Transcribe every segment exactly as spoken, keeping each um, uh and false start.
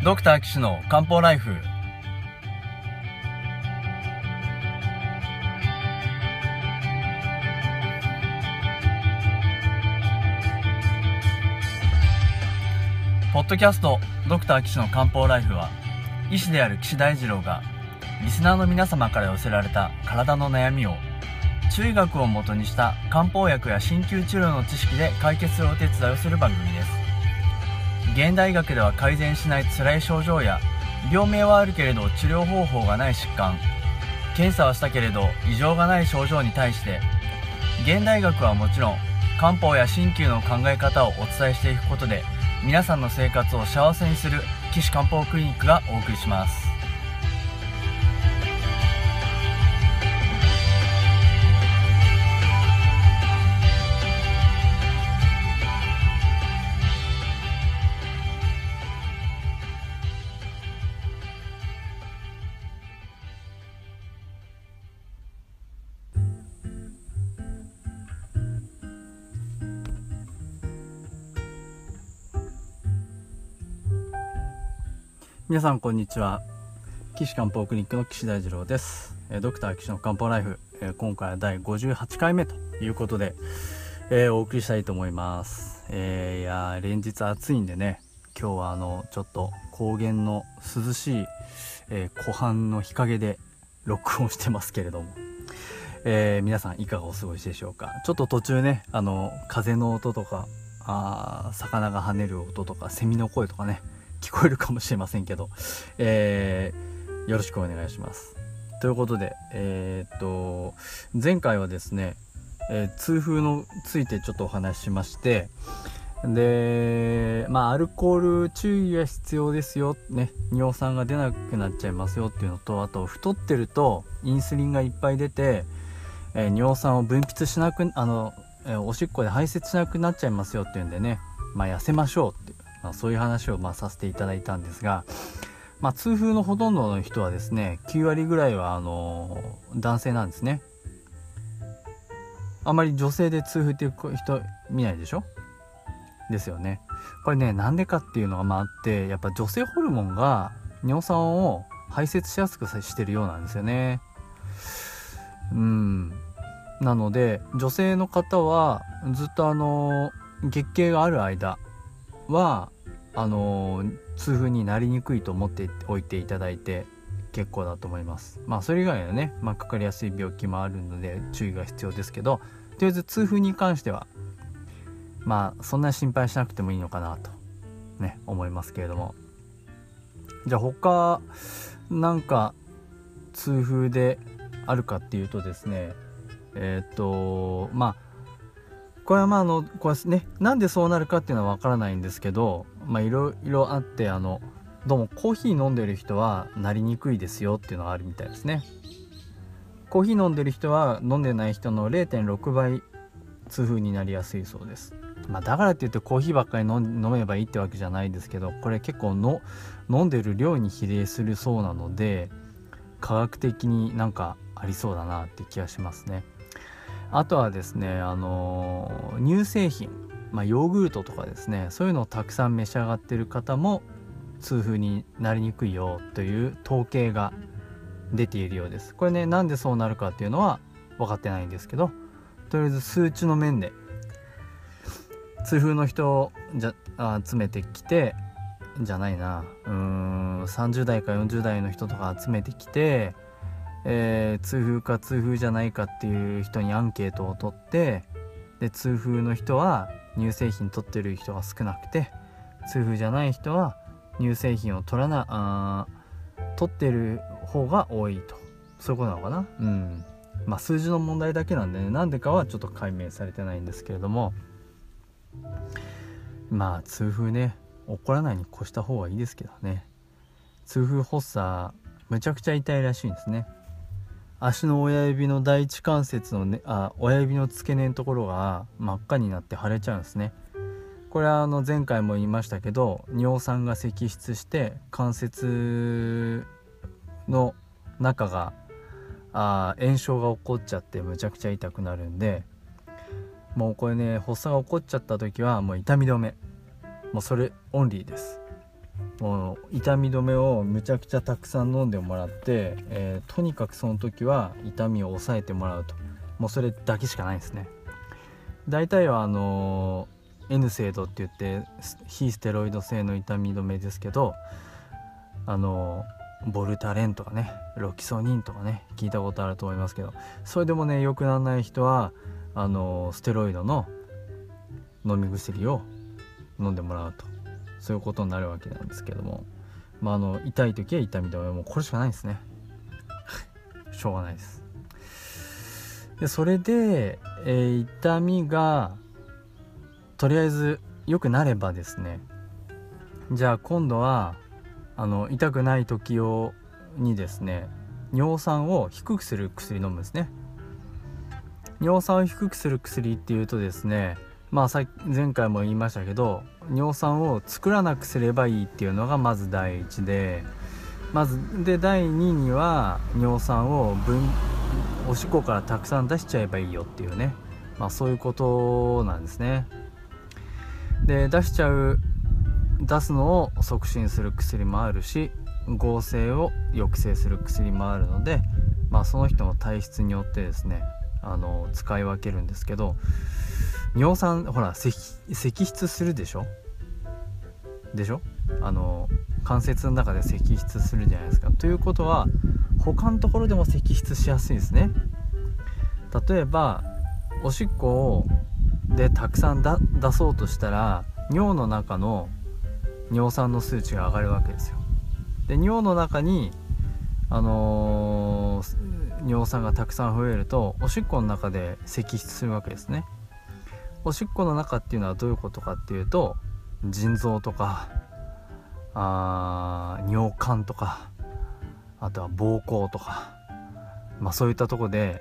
ドクター岸の漢方ライフ。ポッドキャストドクター岸の漢方ライフは、医師である岸大二郎がリスナーの皆様から寄せられた体の悩みを中医学をもとにした漢方薬や鍼灸治療の知識で解決するお手伝いをする番組です。現代医学では改善しない辛い症状や、病名はあるけれど治療方法がない疾患、検査はしたけれど異常がない症状に対して、現代医学はもちろん漢方や鍼灸の考え方をお伝えしていくことで、皆さんの生活を幸せにする岸漢方クリニックがお送りします。皆さんこんにちは。岸漢方クリニックの岸大二郎です。ドクター岸の漢方ライフ、今回はだいごじゅうはちかいめということで、えー、お送りしたいと思います。えー、いや連日暑いんでね、今日はあのちょっと高原の涼しい、えー、湖畔の日陰で録音してますけれども、えー、皆さんいかがお過ごしでしょうか。ちょっと途中ね、あの風の音とか、あ魚が跳ねる音とか、セミの声とかね聞こえるかもしれませんけど、えー、よろしくお願いします。ということで、えー、っと前回はですね、えー、痛風のついてちょっとお話ししまして、でまあアルコール注意が必要ですよね、尿酸が出なくなっちゃいますよっていうのと、あと太ってるとインスリンがいっぱい出て、えー、尿酸を分泌しなくあの、えー、おしっこで排泄しなくなっちゃいますよっていうんでね、まあ痩せましょうっていう、まあ、そういう話をまあさせていただいたんですが、まあ、痛風のほとんどの人はですね、きゅうわりぐらいはあのー、男性なんですね。あまり女性で痛風っていう人見ないでしょですよね。これね、なんでかっていうのがまああって、やっぱ女性ホルモンが尿酸を排泄しやすくしてるようなんですよね。うんなので女性の方はずっとあのー、月経がある間はあのー、痛風になりにくいと思っておいていただいて結構だと思います。まあそれ以外のね、まあ、かかりやすい病気もあるので注意が必要ですけど、とりあえず痛風に関してはまあそんなに心配しなくてもいいのかなとね思いますけれども、じゃあ他なんか痛風であるかっていうとですね、えっとまあこれはまああのこれね、なんでそうなるかっていうのはわからないんですけど、まあいろいろあって、あのどうもコーヒー飲んでる人はなりにくいですよっていうのがあるみたいですね。コーヒー飲んでる人は飲んでない人の れいてんろくばい痛風になりやすいそうです。まあだからって言ってコーヒーばっかり飲飲めばいいってわけじゃないですけど、これ結構の飲んでる量に比例するそうなので、科学的になんかありそうだなって気がしますね。あとはですね、あのー、乳製品、まあ、ヨーグルトとかですね、そういうのをたくさん召し上がってる方も痛風になりにくいよという統計が出ているようです。これね、なんでそうなるかっていうのは分かってないんですけど、とりあえず数値の面で痛風の人をじゃあ集めてきてじゃないなうーんさんじゅうだいかよんじゅうだいの人とか集めてきて、えー、痛風か痛風じゃないかっていう人にアンケートを取って、で痛風の人は乳製品取ってる人が少なくて、痛風じゃない人は乳製品を取らなあ取ってる方が多いと、そういうことなのかな。うんまあ数字の問題だけなんでね、なんでかはちょっと解明されてないんですけれども、まあ痛風ね起こらないに越した方がいいですけどね。痛風発作むちゃくちゃ痛いらしいんですね。足の親指の第一関節の、ね、あ親指の付け根のところが真っ赤になって腫れちゃうんですね。これはあの前回も言いましたけど、尿酸が析出して関節の中があ炎症が起こっちゃってむちゃくちゃ痛くなるんで、もうこれね発作が起こっちゃった時はもう痛み止め、もうそれオンリーです。 もう痛み止めをむちゃくちゃたくさん飲んでもらって、えー、とにかくその時は痛みを抑えてもらうと、もうそれだけしかないですね。大体はあのー、エヌセイドって言って非ステロイド性の痛み止めですけど、あのー、ボルタレンとかね、ロキソニンとかね、聞いたことあると思いますけど、それでもね良くならない人はあのー、ステロイドの飲み薬を飲んでもらうと、そういうことになるわけなんですけども、まあ、あの痛い時は痛み止め、もうこれしかないんですねしょうがないです。でそれで、えー、痛みがとりあえず良くなればですね、じゃあ今度はあの痛くない時用にですね、尿酸を低くする薬飲むんですね。尿酸を低くする薬っていうとですね、まあさ前回も言いましたけど、尿酸を作らなくすればいいっていうのがまず第一で、まずで第二には尿酸を分おしっこからたくさん出しちゃえばいいよっていうね、まあそういうことなんですね。で出しちゃう出すのを促進する薬もあるし、合成を抑制する薬もあるので、まあその人の体質によってですね、あの使い分けるんですけど、尿酸ほら積出するでしょでしょあの関節の中で積出するじゃないですか。ということは他のところでも積出しやすいですね。例えばおしっこでたくさんだ出そうとしたら、尿の中の尿酸の数値が上がるわけですよ。で尿の中にあのー、尿酸がたくさん増えるとおしっこの中で積出するわけですね。おしっこの中っていうのはどういうことかっていうと、腎臓とかあ尿管とか、あとは膀胱とか、まあそういったところで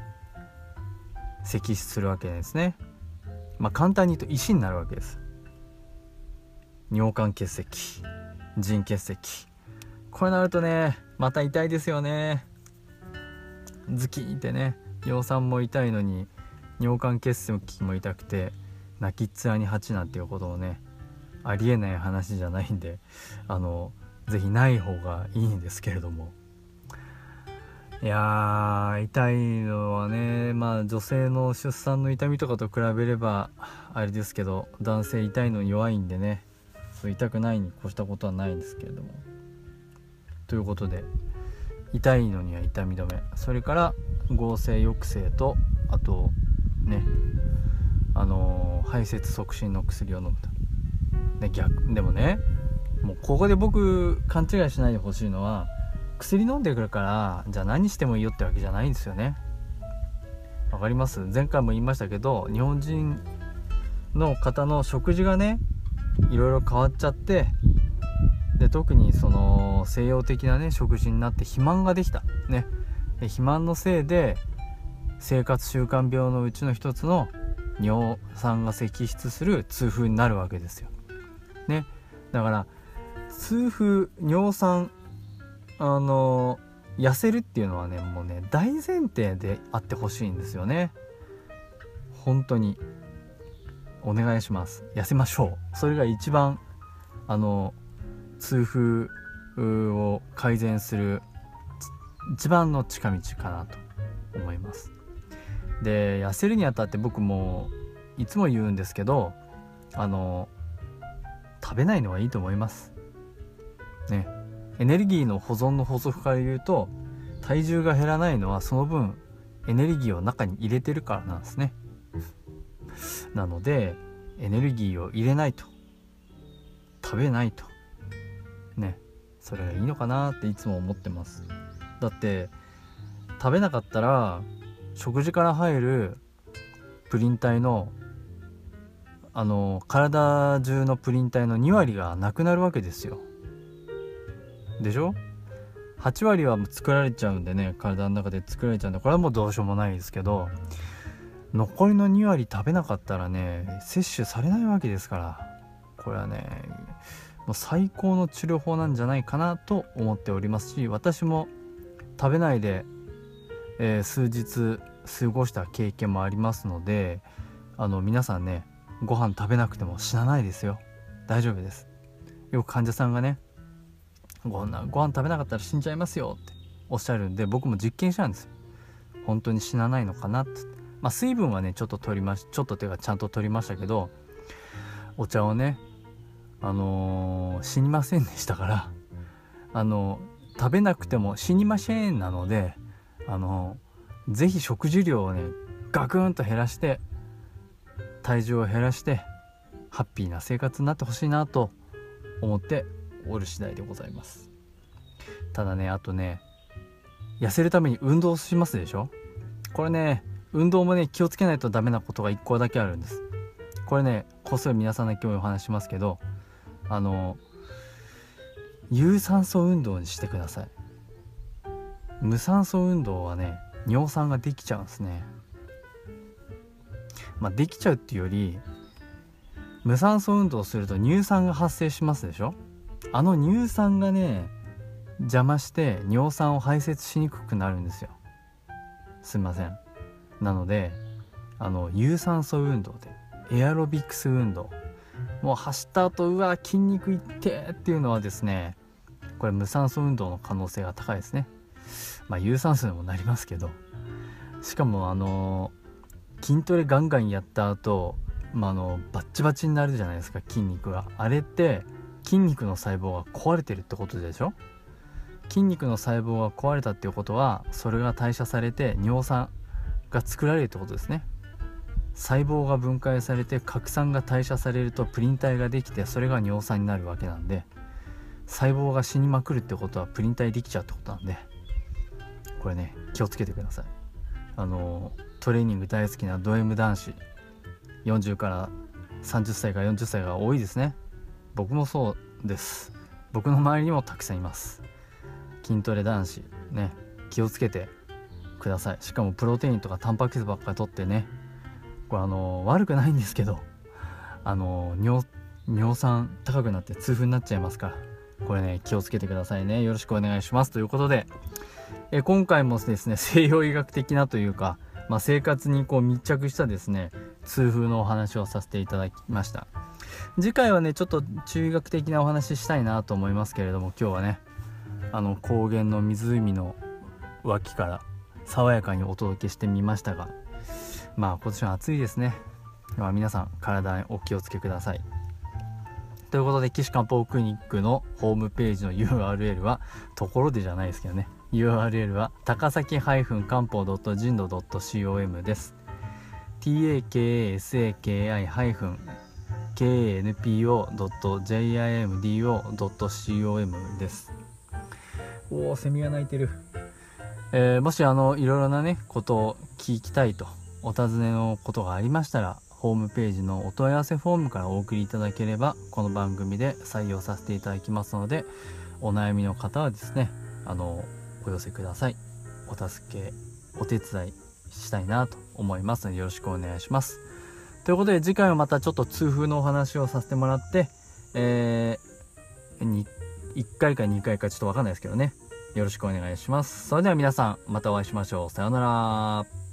積出するわけですね。まあ簡単に言うと石になるわけです。尿管結石、腎結石、これなるとねまた痛いですよね。ズキーってね、尿酸も痛いのに尿管結石も痛くて泣きっ面に蜂なんていうこともね、ありえない話じゃないんで、あのぜひない方がいいんですけれども、いやー痛いのはね、まあ女性の出産の痛みとかと比べればあれですけど、男性痛いのに弱いんでね、そう痛くないに越したことはないんですけれども、ということで痛いのには痛み止め、それから合成抑制と、あとねあのー、排泄促進の薬を飲むと。で逆でもね、もうここで僕勘違いしないでほしいのは、薬飲んでくるからじゃあ何してもいいよってわけじゃないんですよね。わかります？前回も言いましたけど、日本人の方の食事がねいろいろ変わっちゃって、で特にその西洋的なね食事になって肥満ができたね。で肥満のせいで生活習慣病のうちの一つの尿酸が析出する痛風になるわけですよね。だから痛風、尿酸、あの痩せるっていうのはね、もうね大前提であってほしいんですよね。本当にお願いします。痩せましょう。それが一番あの痛風を改善する一番の近道かなと思います。で痩せるにあたって僕もいつも言うんですけど、あの食べないのはいいと思いますね。エネルギーの保存の法則から言うと、体重が減らないのはその分エネルギーを中に入れてるからなんですね。なのでエネルギーを入れないと、食べないとね、それがいいのかなっていつも思ってます。だって食べなかったら食事から入るプリン体のあの体中のプリン体のに割がなくなるわけですよ。でしょ？はち割は作られちゃうんでね、体の中で作られちゃうんで、これはもうどうしようもないですけど、残りのに割食べなかったらね摂取されないわけですから、これはねもう最高の治療法なんじゃないかなと思っておりますし、私も食べないで、えー、数日過ごした経験もありますので、あの皆さんねご飯食べなくても死なないですよ。大丈夫です。よく患者さんがねご飯ご飯食べなかったら死んじゃいますよっておっしゃるんで、僕も実験したんですよ。本当に死なないのかなって。まあ水分はねちょっと取りましちょっとっていうかちゃんと取りましたけど、お茶をねあのー、死にませんでしたから、あのー、食べなくても死にませんなので、あのー、ぜひ食事量をねガクンと減らして、体重を減らしてハッピーな生活になってほしいなと思っておる次第でございます。ただね、あとね、痩せるために運動しますでしょ。これね、運動もね気をつけないとダメなことがいっこだけあるんです。これね、こっそり皆さんだけお話しますけど、あの有酸素運動にしてください。無酸素運動はね尿酸ができちゃうんですね。まあできちゃうっていうより、無酸素運動をすると乳酸が発生しますでしょ。あの乳酸がね邪魔して尿酸を排泄しにくくなるんですよ。すいません。なのであの有酸素運動でエアロビクス運動、もう走った後うわ筋肉いってっていうのはですね、これ無酸素運動の可能性が高いですね。まあ有酸素にもなりますけど、しかもあの筋トレガンガンやった後、まあ、あのバッチバチになるじゃないですか、筋肉が。あれって筋肉の細胞が壊れてるってことでしょ。筋肉の細胞が壊れたっていうことは、それが代謝されて尿酸が作られるってことですね。細胞が分解されて核酸が代謝されるとプリン体ができて、それが尿酸になるわけなんで、細胞が死にまくるってことはプリン体できちゃうってことなんで、これね気をつけてください。あのトレーニング大好きなド M 男子、よんじゅうからさんじゅっさいからよんじゅっさいが多いですね。僕もそうです。僕の周りにもたくさんいます。筋トレ男子ね、気をつけてください。しかもプロテインとかタンパク質ばっかり取ってね、これあの悪くないんですけど、あの 尿, 尿酸高くなって痛風になっちゃいますから、これね気をつけてくださいね。よろしくお願いします。ということで、え今回もですね西洋医学的なというか、まあ、生活にこう密着したですね痛風のお話をさせていただきました。次回はねちょっと中医学的なお話したいなと思いますけれども、今日はねあの高原の湖の脇から爽やかにお届けしてみましたが、まあ今年は暑いですね。まあ、皆さん体にお気をつけください。ということで、岸漢方クリニックのホームページの ユーアールエル は、ところでじゃないですけどね、 ユーアールエル は高崎漢方 ジンド ドット コム です。 タカサキ ケーエヌピーオー ドット ジェイアイエムディーオー ドット コム です。おー、セミが鳴いてる。えー、もしあのいろいろなねことを聞きたいとお尋ねのことがありましたら、ホームページのお問い合わせフォームからお送りいただければ、この番組で採用させていただきますので、お悩みの方はですねあのお寄せください。お助けお手伝いしたいなと思いますので、よろしくお願いします。ということで、次回はまたちょっと痛風のお話をさせてもらって、えー、にいっかいかにかいかちょっとわかんないですけどね、よろしくお願いします。それでは皆さんまたお会いしましょう。さようなら。